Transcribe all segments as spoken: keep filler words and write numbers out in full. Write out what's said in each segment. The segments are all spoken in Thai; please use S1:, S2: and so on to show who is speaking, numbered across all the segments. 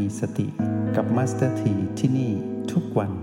S1: มีสติกับมาสเตอร์ทีที่นี่ทุกวัน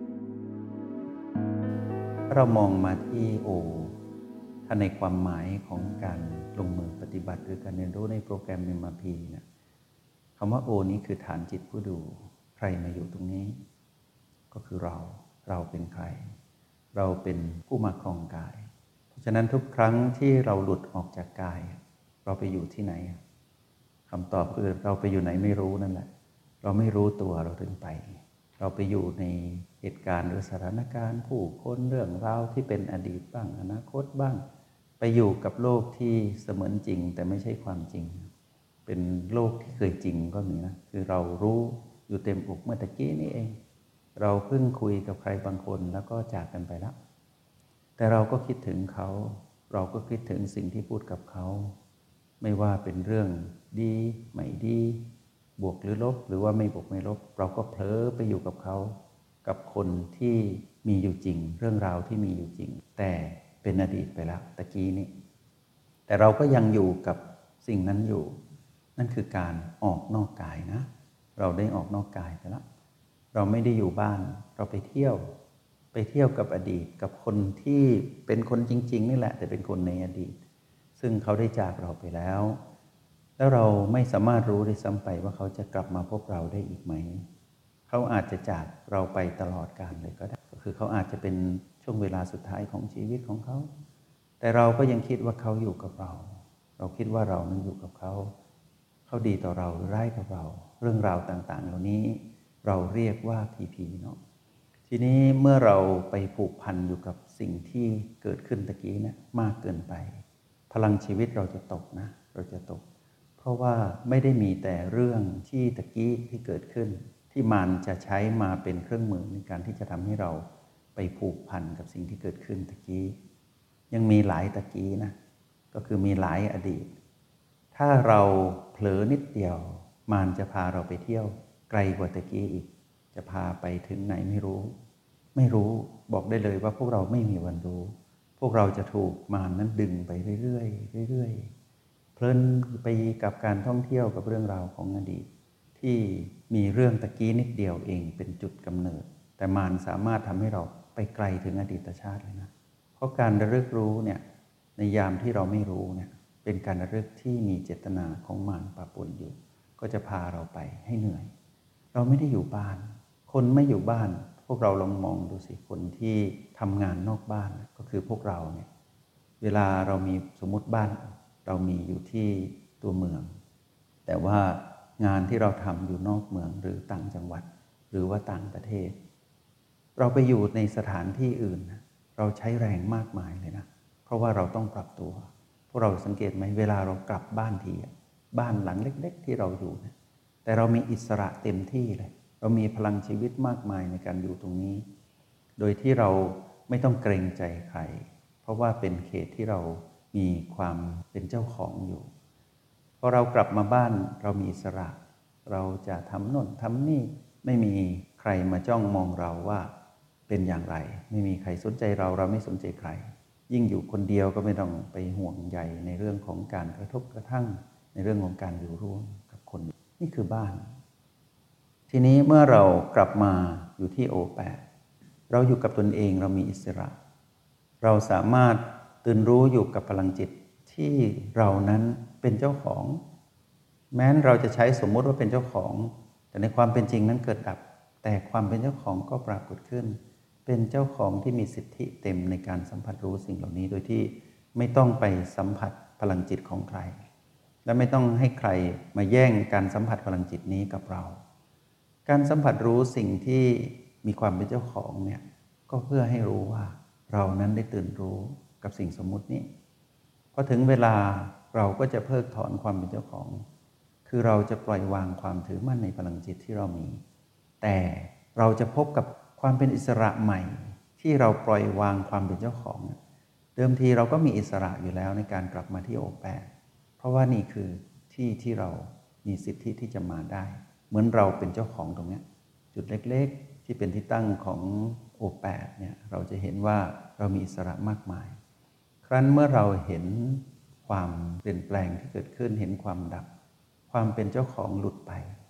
S1: เรามองมาที่โอถ้าในความหมายของการลงมือปฏิบัติหรือการเรียนรู้ในโปรแกรม เอ็ม อาร์ พี เนี่ยคำว่าโอนี้คือฐานจิตผู้ดูใครมาอยู่ตรงนี้ก็คือเราเราเป็นใครเราเป็นผู้มาครองกายเพราะฉะนั้นทุกครั้งที่เราหลุดออกจากกายเราไปอยู่ที่ไหนคำตอบคือเราไปอยู่ไหนไม่รู้นั่นแหละเราไม่รู้ตัวเราถึงไปเราไปอยู่ในเหตุการณ์หรือสถานการณ์ผู้คนเรื่องราวที่เป็นอดีตบ้างอนาคตบ้างไปอยู่กับโลกที่เสมือนจริงแต่ไม่ใช่ความจริงเป็นโลกที่เคยจริงก็มีนะคือเรารู้อยู่เต็มอกเมื่อตะกี้นี่เองเราเพิ่งคุยกับใครบางคนแล้วก็จากกันไปแล้วแต่เราก็คิดถึงเขาเราก็คิดถึงสิ่งที่พูดกับเขาไม่ว่าเป็นเรื่องดีไม่ดีบวกหรือลบหรือว่าไม่บวกไม่ลบเราก็เผลอไปอยู่กับเขากับคนที่มีอยู่จริงเรื่องราวที่มีอยู่จริงแต่เป็นอดีตไปแล้วตะกี้นี้แต่เราก็ยังอยู่กับสิ่งนั้นอยู่นั่นคือการออกนอกกายนะเราได้ออกนอกกายไปแล้วเราไม่ได้อยู่บ้านเราไปเที่ยวไปเที่ยวกับอดีตกับคนที่เป็นคนจริงๆนี่แหละแต่เป็นคนในอดีตซึ่งเขาได้จากเราไปแล้วแล้วเราไม่สามารถรู้ได้ซ้ำไปว่าเขาจะกลับมาพบเราได้อีกไหมเขาอาจจะจากเราไปตลอดกาลเลยก็ได้ก็คือเขาอาจจะเป็นช่วงเวลาสุดท้ายของชีวิตของเขาแต่เราก็ยังคิดว่าเขาอยู่กับเราเราคิดว่าเรานั้นอยู่กับเขาเขาดีต่อเราหรือร้ายกับเราเรื่องราวต่างๆเหล่านี้เราเรียกว่าพีพีเนาะทีนี้เมื่อเราไปผูกพันอยู่กับสิ่งที่เกิดขึ้นตะกี้เนี่ยมากเกินไปพลังชีวิตเราจะตกนะเราจะตกเพราะว่าไม่ได้มีแต่เรื่องที่ตะกี้ที่เกิดขึ้นที่มันจะใช้มาเป็นเครื่องมือในการที่จะทำให้เราไปผูกพันกับสิ่งที่เกิดขึ้นตะกี้ยังมีหลายตะกี้นะก็คือมีหลายอดีตถ้าเราเผลอนิดเดียวมันจะพาเราไปเที่ยวไกลกว่าตะกี้อีกจะพาไปถึงไหนไม่รู้ไม่รู้บอกได้เลยว่าพวกเราไม่มีวันรู้พวกเราจะถูกมารนั้นดึงไปเรื่อยๆเรื่อยๆเพลินไปกับการท่องเที่ยวกับเรื่องราวของอดีตที่มีเรื่องตะกี้นิดเดียวเองเป็นจุดกำเนิดแต่มารสามารถทำให้เราไปไกลถึงอดีตชาติเลยนะเพราะการระลึกรู้เนี่ยในยามที่เราไม่รู้เนี่ยเป็นการระลึกที่มีเจตนาของมารปะปนอยู่ก็จะพาเราไปให้เหนื่อยเราไม่ได้อยู่บ้านคนไม่อยู่บ้านพวกเราลองมองดูสิคนที่ทำงานนอกบ้านก็คือพวกเราเนี่ยเวลาเรามีสมมติบ้านเรามีอยู่ที่ตัวเมืองแต่ว่างานที่เราทำอยู่นอกเมืองหรือต่างจังหวัดหรือว่าต่างประเทศเราไปอยู่ในสถานที่อื่นเราใช้แรงมากมายเลยนะเพราะว่าเราต้องปรับตัวพวกเราสังเกตไหมเวลาเรากลับบ้านทีบ้านหลังเล็กๆที่เราอยู่นะแต่เรามีอิสระเต็มที่เลยเรามีพลังชีวิตมากมายในการอยู่ตรงนี้โดยที่เราไม่ต้องเกรงใจใครเพราะว่าเป็นเขตที่เรามีความเป็นเจ้าของอยู่พอเรากลับมาบ้านเรามีอิสระเราจะทำโน่นทำนี่ไม่มีใครมาจ้องมองเราว่าเป็นอย่างไรไม่มีใครสนใจเราเราไม่สนใจใครยิ่งอยู่คนเดียวก็ไม่ต้องไปห่วงใยในเรื่องของการกระทบกระทั่งในเรื่องของการอยู่ร่วมกับคนนี่คือบ้านทีนี้เมื่อเรากลับมาอยู่ที่โอแปดเราอยู่กับตนเองเรามีอิสระเราสามารถตื่นรู้อยู่กับพลังจิตที่เรานั้นเป็นเจ้าของแม้นเราจะใช้สมมุติว่าเป็นเจ้าของแต่ในความเป็นจริงนั้นเกิดดับแต่ความเป็นเจ้าของก็ปรากฏขึ้นเป็นเจ้าของที่มีสิทธิเต็มในการสัมผัสรู้สิ่งเหล่านี้โดยที่ไม่ต้องไปสัมผัสพลังจิตของใครและไม่ต้องให้ใครมาแย่งการสัมผัสพลังจิตนี้กับเราการสัมผัสรู้สิ่งที่มีความเป็นเจ้าของเนี่ยก็เพื่อให้รู้ว่าเรานั้นได้ตื่นรู้กับสิ่งสมมุตินี้พอถึงเวลาเราก็จะเพิกถอนความเป็นเจ้าของคือเราจะปล่อยวางความถือมั่นในพลังจิตที่เรามีแต่เราจะพบกับความเป็นอิสระใหม่ที่เราปล่อยวางความเป็นเจ้าของเดิมทีเราก็มีอิสระอยู่แล้วในการกลับมาที่โอแปดเพราะว่านี่คือที่ที่เรามีสิทธิที่จะมาได้เหมือนเราเป็นเจ้าของตรงนี้จุดเล็กๆที่เป็นที่ตั้งของโอแปดเนี่ยเราจะเห็นว่าเรามีอิสระมากมายครั้นเมื่อเราเห็นความเปลี่ยนแปลงที่เกิดขึ้นเห็นความดับความเป็นเจ้าของหลุดไป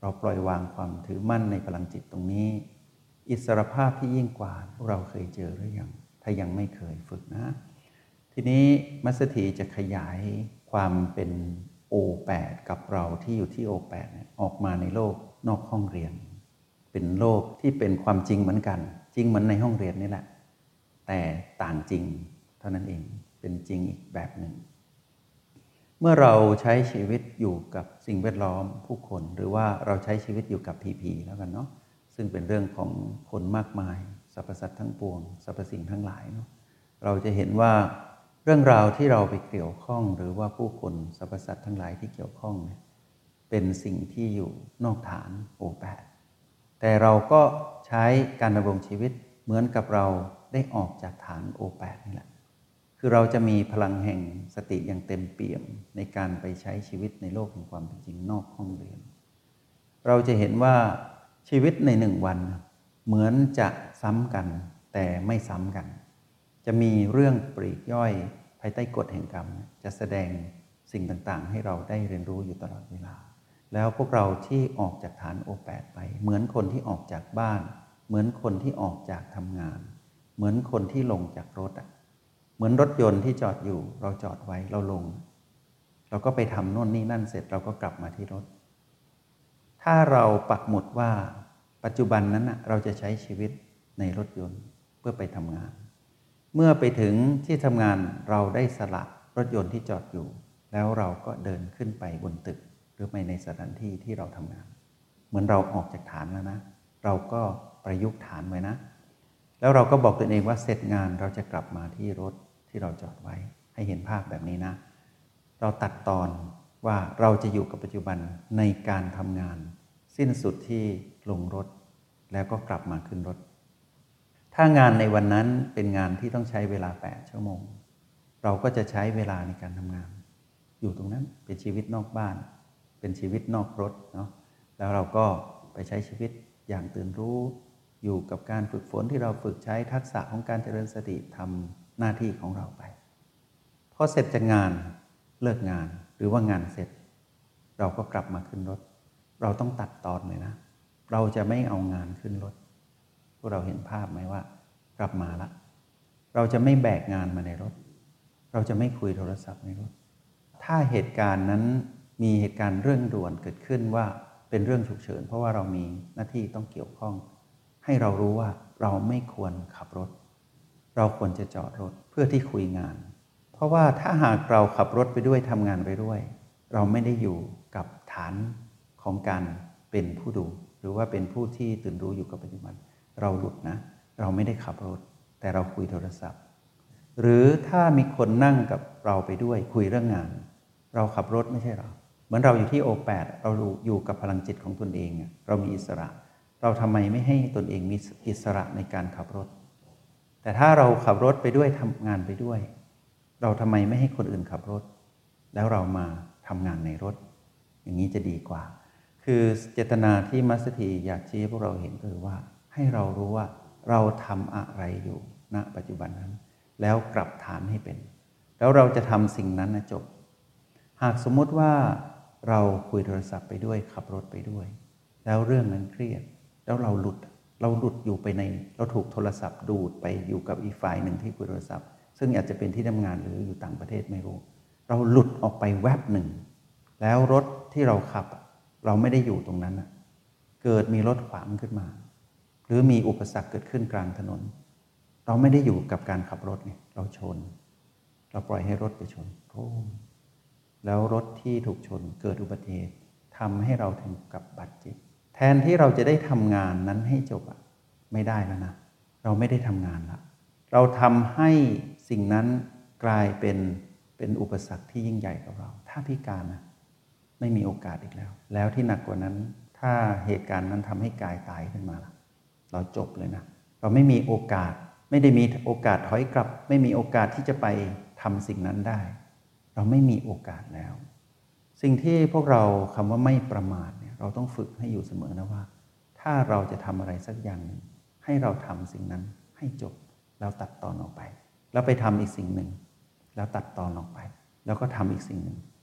S1: เราปล่อยวางความถือมั่นในพลังจิตตรงนี้อิสรภาพที่ยิ่งกว่าพวกเราเคยเจอหรือยังถ้ายังไม่เคยฝึกนะทีนี้มัสถีจะขยายความเป็น โอ แปด กับเราที่อยู่ที่ โอ แปด เนี่ยออกมาในโลกนอกห้องเรียนเป็นโลกที่เป็นความจริงเหมือนกันจริงเหมือนในห้องเรียนนี่แหละแต่ต่างจริงเท่านั้นเองเป็นจริงอีกแบบหนึ่งเมื่อเราใช้ชีวิตอยู่กับสิ่งแวดล้อมผู้คนหรือว่าเราใช้ชีวิตอยู่กับผีผีแล้วกันเนาะซึ่งเป็นเรื่องของคนมากมายสรรพสัตว์ทั้งปวงสรรพสิ่งทั้งหลายเนาะเราจะเห็นว่าเรื่องราวที่เราไปเกี่ยวข้องหรือว่าผู้คนสรรพสัตว์ทั้งหลายที่เกี่ยวข้องเนี่ยเป็นสิ่งที่อยู่นอกฐาน โอ แปด แต่เราก็ใช้การดำรงชีวิตเหมือนกับเราได้ออกจากฐาน โอ แปด นี่แหละคือเราจะมีพลังแห่งสติอย่างเต็มเปี่ยมในการไปใช้ชีวิตในโลกแห่งความเป็นจริงนอกห้องเรียนเราจะเห็นว่าชีวิตในหนึ่งวันเหมือนจะซ้ำกันแต่ไม่ซ้ำกันจะมีเรื่องปลีกย่อยภายใต้กฎแห่งกรรมจะแสดงสิ่งต่างๆให้เราได้เรียนรู้อยู่ตลอดเวลาแล้วพวกเราที่ออกจากฐาน โอ แปด ไปเหมือนคนที่ออกจากบ้านเหมือนคนที่ออกจากทำงานเหมือนคนที่ลงจากรถอ่ะเหมือนรถยนต์ที่จอดอยู่เราจอดไว้เราลงเราก็ไปทำโน่นนี่นั่นเสร็จเราก็กลับมาที่รถถ้าเราปักหมุดว่าปัจจุบันนั้นนะเราจะใช้ชีวิตในรถยนต์เพื่อไปทำงานเมื่อไปถึงที่ทำงานเราได้สละรถยนต์ที่จอดอยู่แล้วเราก็เดินขึ้นไปบนตึกหรือไปในสถานที่ที่เราทำงานเหมือนเราออกจากฐานแล้วนะเราก็ประยุกต์ฐานไว้นะแล้วเราก็บอกตัวเองว่าเสร็จงานเราจะกลับมาที่รถที่เราจอดไว้ให้เห็นภาพแบบนี้นะเราตัดตอนว่าเราจะอยู่กับปัจจุบันในการทำงานสิ้นสุดที่ลงรถแล้วก็กลับมาขึ้นรถถ้างานในวันนั้นเป็นงานที่ต้องใช้เวลาแปดชั่วโมงเราก็จะใช้เวลาในการทำงานอยู่ตรงนั้นเป็นชีวิตนอกบ้านเป็นชีวิตนอกรถเนาะแล้วเราก็ไปใช้ชีวิตอย่างตื่นรู้อยู่กับการฝึกฝนที่เราฝึกใช้ทักษะของการเจริญสติทำหน้าที่ของเราไปพอเสร็จจากงานเลิกงานหรือว่างานเสร็จเราก็กลับมาขึ้นรถเราต้องตัดตอนเลยนะเราจะไม่เอางานขึ้นรถพวกเราเห็นภาพไหมว่ากลับมาละเราจะไม่แบกงานมาในรถเราจะไม่คุยโทรศัพท์ในรถถ้าเหตุการณ์นั้นมีเหตุการณ์เรื่องด่วนเกิดขึ้นว่าเป็นเรื่องฉุกเฉินเพราะว่าเรามีหน้าที่ต้องเกี่ยวข้องให้เรารู้ว่าเราไม่ควรขับรถเราควรจะจอดรถเพื่อที่คุยงานเพราะว่าถ้าหากเราขับรถไปด้วยทำงานไปด้วยเราไม่ได้อยู่กับฐานของการเป็นผู้ดูหรือว่าเป็นผู้ที่ตื่นรู้อยู่กับปัจจุบันเราหลุดนะเราไม่ได้ขับรถแต่เราคุยโทรศัพท์หรือถ้ามีคนนั่งกับเราไปด้วยคุยเรื่องงานเราขับรถไม่ใช่หรอเหมือนเราอยู่ที่ โอ แปด เราอยู่กับพลังจิตของตนเองเรามีอิสระเราทำไมไม่ให้ตนเองมีอิสระในการขับรถแต่ถ้าเราขับรถไปด้วยทำงานไปด้วยเราทำไมไม่ให้คนอื่นขับรถแล้วเรามาทำงานในรถอย่างนี้จะดีกว่าคือเจตนาที่มัสถีอยากชี้ให้พวกเราเห็นคือว่าให้เรารู้ว่าเราทำอะไรอยู่ณปัจจุบันนั้นแล้วกลับฐานให้เป็นแล้วเราจะทำสิ่งนั้นนะจบหากสมมติว่าเราคุยโทรศัพท์ไปด้วยขับรถไปด้วยแล้วเรื่องนั้นเครียดแล้วเราหลุดเราหลุดอยู่ไปในเราถูกโทรศัพท์ดูดไปอยู่กับอีกฝ่ายหนึ่งที่คุยโทรศัพท์ซึ่งอาจจะเป็นที่ทำงานหรืออยู่ต่างประเทศไม่รู้เราหลุดออกไปแวบหนึ่งแล้วรถที่เราขับเราไม่ได้อยู่ตรงนั้นเกิดมีรถขวางขึ้นมาหรือมีอุปสรรคเกิดขึ้นกลางถนนเราไม่ได้อยู่กับการขับรถไงเราชนเราปล่อยให้รถไปชนโค้งแล้วรถที่ถูกชนเกิดอุบัติเหตุทำให้เราถึงกับบาดเจ็บแทนที่เราจะได้ทำงานนั้นให้จบอ่ะไม่ได้แล้วนะเราไม่ได้ทำงานละเราทำให้สิ่งนั้นกลายเป็นเป็นอุปสรรคที่ยิ่งใหญ่กับเราถ้าพิการนะไม่มีโอกาสอีกแล้วแล้วที่หนักกว่านั้นถ้าเหตุการณ์นั้นทำให้กายตายขึ้นมาล่ะเราจบเลยนะเราไม่มีโอกาสไม่ได้มีโอกาสถอยกลับไม่มีโอกาสที่จะไปทำสิ่งนั้นได้เราไม่มีโอกาสแล้วสิ่งที่พวกเราคำว่าไม่ประมาทเนี่ยเราต้องฝึกให้อยู่เสมอนะว่าถ้าเราจะทำอะไรสักอย่างหนึ่งให้เราทำสิ่งนั้นให้จบแล้วตัดตอนออกไปแล้วไปทำอีกสิ่งหนึ่งแล้วตัดตอนออกไปแล้วก็ทำอีกสิ่งหนึ่ง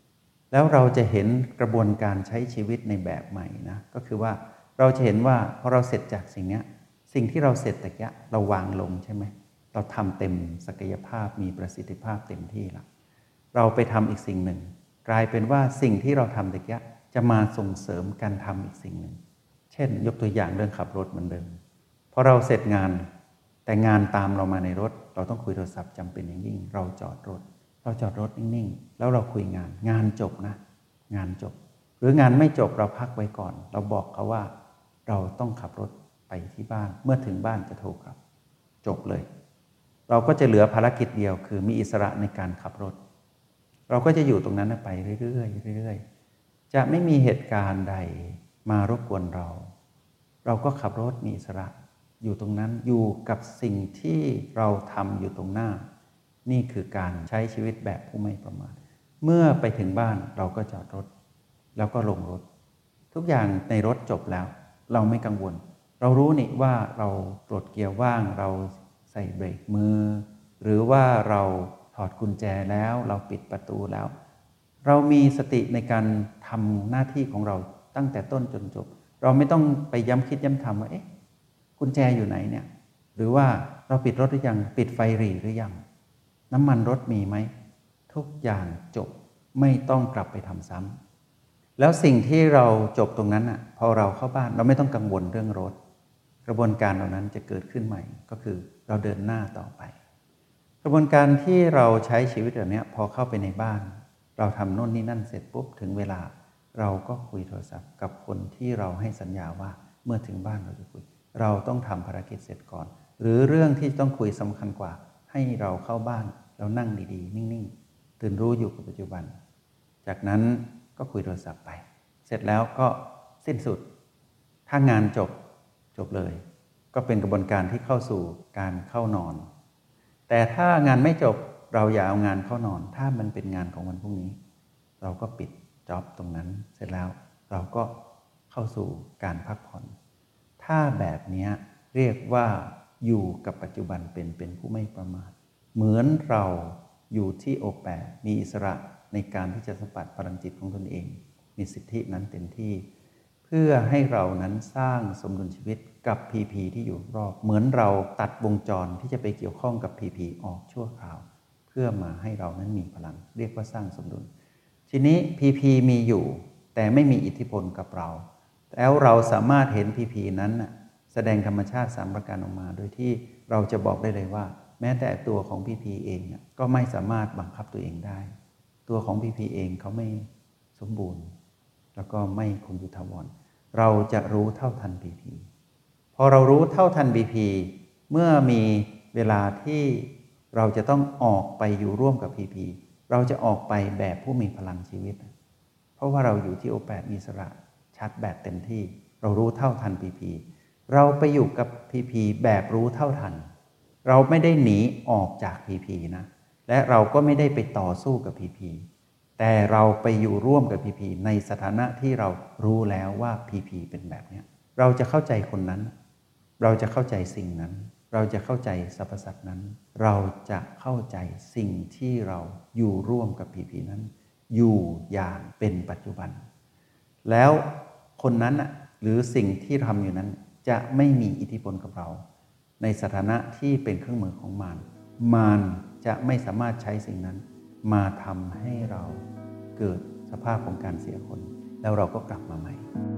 S1: แล้วเราจะเห็นกระบวนการใช้ชีวิตในแบบใหม่นะก็คือว่าเราจะเห็นว่าพอเราเสร็จจากสิ่งนี้สิ่งที่เราเสร็จตะกี้เราวางลงใช่ไหมเราทำเต็มศักยภาพมีประสิทธิภาพเต็มที่แล้วเราไปทำอีกสิ่งหนึ่งกลายเป็นว่าสิ่งที่เราทำตะกี้จะมาส่งเสริมการทำอีกสิ่งหนึ่งเช่นยกตัวอย่างเรื่องขับรถเหมือนเดิมพอเราเสร็จงานแต่งานตามเรามาในรถเราต้องคุยโทรศัพท์จำเป็นอย่างยิ่งเราจอดรถเราจอดรถนิ่งๆแล้วเราคุยงานงานจบนะงานจบหรืองานไม่จบเราพักไว้ก่อนเราบอกเขาว่าเราต้องขับรถไปที่บ้านเมื่อถึงบ้านจะโทรกลับจบเลยเราก็จะเหลือภารกิจเดียวคือมีอิสระในการขับรถเราก็จะอยู่ตรงนั้นไปเรื่อยๆเรื่อยๆจะไม่มีเหตุการณ์ใดมารบกวนเราเราก็ขับรถมีอิสระอยู่ตรงนั้นอยู่กับสิ่งที่เราทำอยู่ตรงหน้านี่คือการใช้ชีวิตแบบผู้ไม่ประมาทเมื่อไปถึงบ้านเราก็จอดรถแล้วก็ลงรถทุกอย่างในรถจบแล้วเราไม่กังวลเรารู้นี่ว่าเราปลดเกียร์ว่างเราใส่เบรกมือหรือว่าเราถอดกุญแจแล้วเราปิดประตูแล้วเรามีสติในการทำหน้าที่ของเราตั้งแต่ต้นจนจบเราไม่ต้องไปย้ำคิดย้ำทำว่าเอ๊ะกุญแจอยู่ไหนเนี่ยหรือว่าเราปิดรถหรือยังปิดไฟหรี่หรือยังน้ำมันรถมีไหมทุกอย่างจบไม่ต้องกลับไปทำซ้ำแล้วสิ่งที่เราจบตรงนั้นอ่ะพอเราเข้าบ้านเราไม่ต้องกังวลเรื่องรถกระบวนการเหล่านั้นจะเกิดขึ้นใหม่ก็คือเราเดินหน้าต่อไปกระบวนการที่เราใช้ชีวิตแบบนี้พอเข้าไปในบ้านเราทำโน่นนี่นั่นเสร็จปุ๊บถึงเวลาเราก็คุยโทรศัพท์กับคนที่เราให้สัญญาว่าเมื่อถึงบ้านเราจะคุยเราต้องทำภารกิจเสร็จก่อนหรือเรื่องที่ต้องคุยสำคัญกว่าให้เราเข้าบ้านแล้วนั่งดีๆนิ่งๆตื่นรู้อยู่กับปัจจุบันจากนั้นก็คุยโทรศัพท์ไปเสร็จแล้วก็สิ้นสุดถ้างานจบจบเลยก็เป็นกระบวนการที่เข้าสู่การเข้านอนแต่ถ้างานไม่จบเราอย่าเอางานเข้านอนถ้ามันเป็นงานของวันพรุ่งนี้เราก็ปิดจ็อบตรงนั้นเสร็จแล้วเราก็เข้าสู่การพักผ่อนถ้าแบบนี้เรียกว่าอยู่กับปัจจุบันเป็นเป็นผู้ไม่ประมาทเหมือนเราอยู่ที่โอแปดมีอิสระในการที่จะสัมผัสพลังจิตของตนเองมีสิทธินั้นเต็มที่เพื่อให้เรานั้นสร้างสมดุลชีวิตกับ พี พี ที่อยู่รอบเหมือนเราตัดวงจรที่จะไปเกี่ยวข้องกับ พี พี ออกชั่วคราวเพื่อมาให้เรานั้นมีพลังเรียกว่าสร้างสมดุลทีนี้ พี พี มีอยู่แต่ไม่มีอิทธิพลกับเราแล้วเราสามารถเห็น พี พี นั้นแสดงธรรมชาติสามประการออกมาโดยที่เราจะบอกได้เลยว่าแม้แต่ตัวของ พี พี เองก็ไม่สามารถบังคับตัวเองได้ตัวของ พี พี เองเขาไม่สมบูรณ์แล้วก็ไม่คงอยู่ถาวรเราจะรู้เท่าทัน พี พี พอเรารู้เท่าทัน พี พี เมื่อมีเวลาที่เราจะต้องออกไปอยู่ร่วมกับ พี พี เราจะออกไปแบบผู้มีพลังชีวิตเพราะว่าเราอยู่ที่โอแปดมีอิสระชัดแบบเต็มที่เรารู้เท่าทัน พี พี เราไปอยู่กับ พี พี แบบรู้เท่าทันเราไม่ได้หนีออกจาก พี พี นะและเราก็ไม่ได้ไปต่อสู้กับ พี พี แต่เราไปอยู่ร่วมกับ พี พี ในสถานะที่เรารู้แล้วว่า พี พี เป็นแบบนี้เราจะเข้าใจคนนั้นเราจะเข้าใจสิ่งนั้นเราจะเข้าใจสรรพสัตว์นั้นเราจะเข้าใจสิ่งที่เราอยู่ร่วมกับ พี พี นั้นอยู่อย่างเป็นปัจจุบันแล้วคนนั้นหรือสิ่งที่ทำอยู่นั้นจะไม่มีอิทธิพลกับเราในสถานะที่เป็นเครื่องมือของมารมารจะไม่สามารถใช้สิ่งนั้นมาทำให้เราเกิดสภาพของการเสียคนแล้วเราก็กลับมาใหม่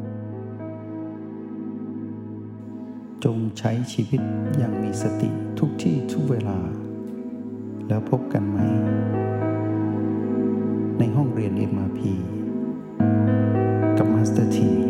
S1: จงใช้ชีวิตอย่างมีสติทุกที่ทุกเวลาแล้วพบกันไหมในห้องเรียน เอ็ม อาร์ พี กับมาสเตอร์ที